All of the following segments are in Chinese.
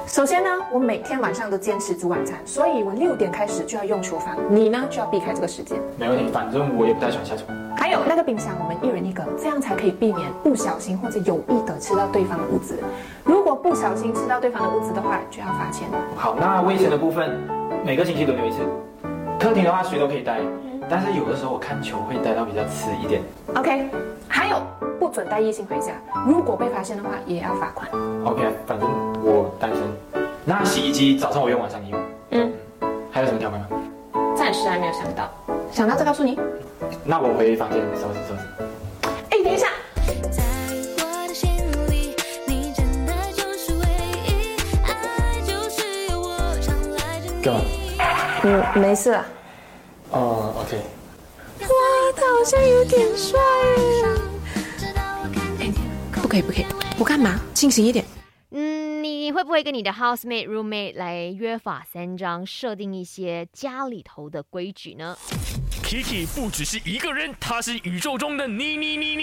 首先呢，我每天晚上都坚持煮晚餐，所以我6点开始就要用厨房，你呢就要避开这个时间。 没问题，反正我也不太喜欢下厨。 还有那个冰箱，我们1人1个，这样才可以避免不小心或者有意的吃到对方的物资。如果不小心吃到对方的物资的话，就要罚钱。 好，那卫生的部分，每个星期轮流一次。客厅的话，谁都可以待，但是有的时候我看球会待到比较迟一点。 OK， 还有不准带异性回家，如果被发现的话，也要罚款。 OK， 反正我单身。那洗衣机早上我用，晚上你用。还有什么条款吗？ 暂时还没有想到，想到再告诉你。 那我回房间收拾。 哎，等一下。 干嘛？ 没事了。 哦，OK。 哇，他好像有点帅耶。不可以，我干嘛？清醒一点。 你会不会跟你的 housemate roommate 来约法三章，设定一些家里头的规矩呢？ Kiki 不只是一个人，他是宇宙中的你，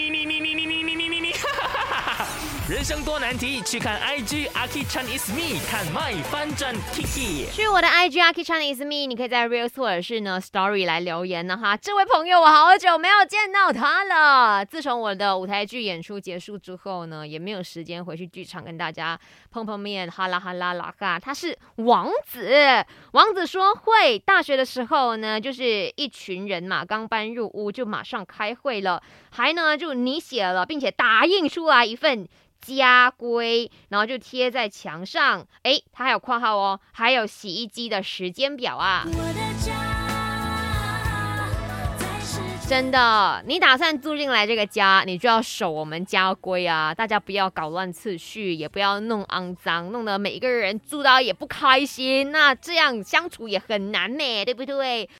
人生多难题，去看 IG Aki Chan is me， 看 my 翻转 Kiki。 去我的 IG Aki Chan is me， 你可以在 Reels 或者是呢 Story 来留言呢哈。这位朋友，我好久没有见到他了。自从我的舞台剧演出结束之后呢，也没有时间回去剧场跟大家碰面，哈啦哈啦啦哈。他是王子，王子说会大学的时候呢，就是一群人嘛，刚搬入屋就马上开会了，还呢就拟写了，并且打印出来一份家规，然后就贴在墙上。他还有括号哦，还有洗衣机的时间表啊。真的，你打算住进来这个家，你就要守我们家规啊！大家不要搞乱次序，也不要弄肮脏，弄得每一个人住到也不开心，那这样相处也很难呢，对不对？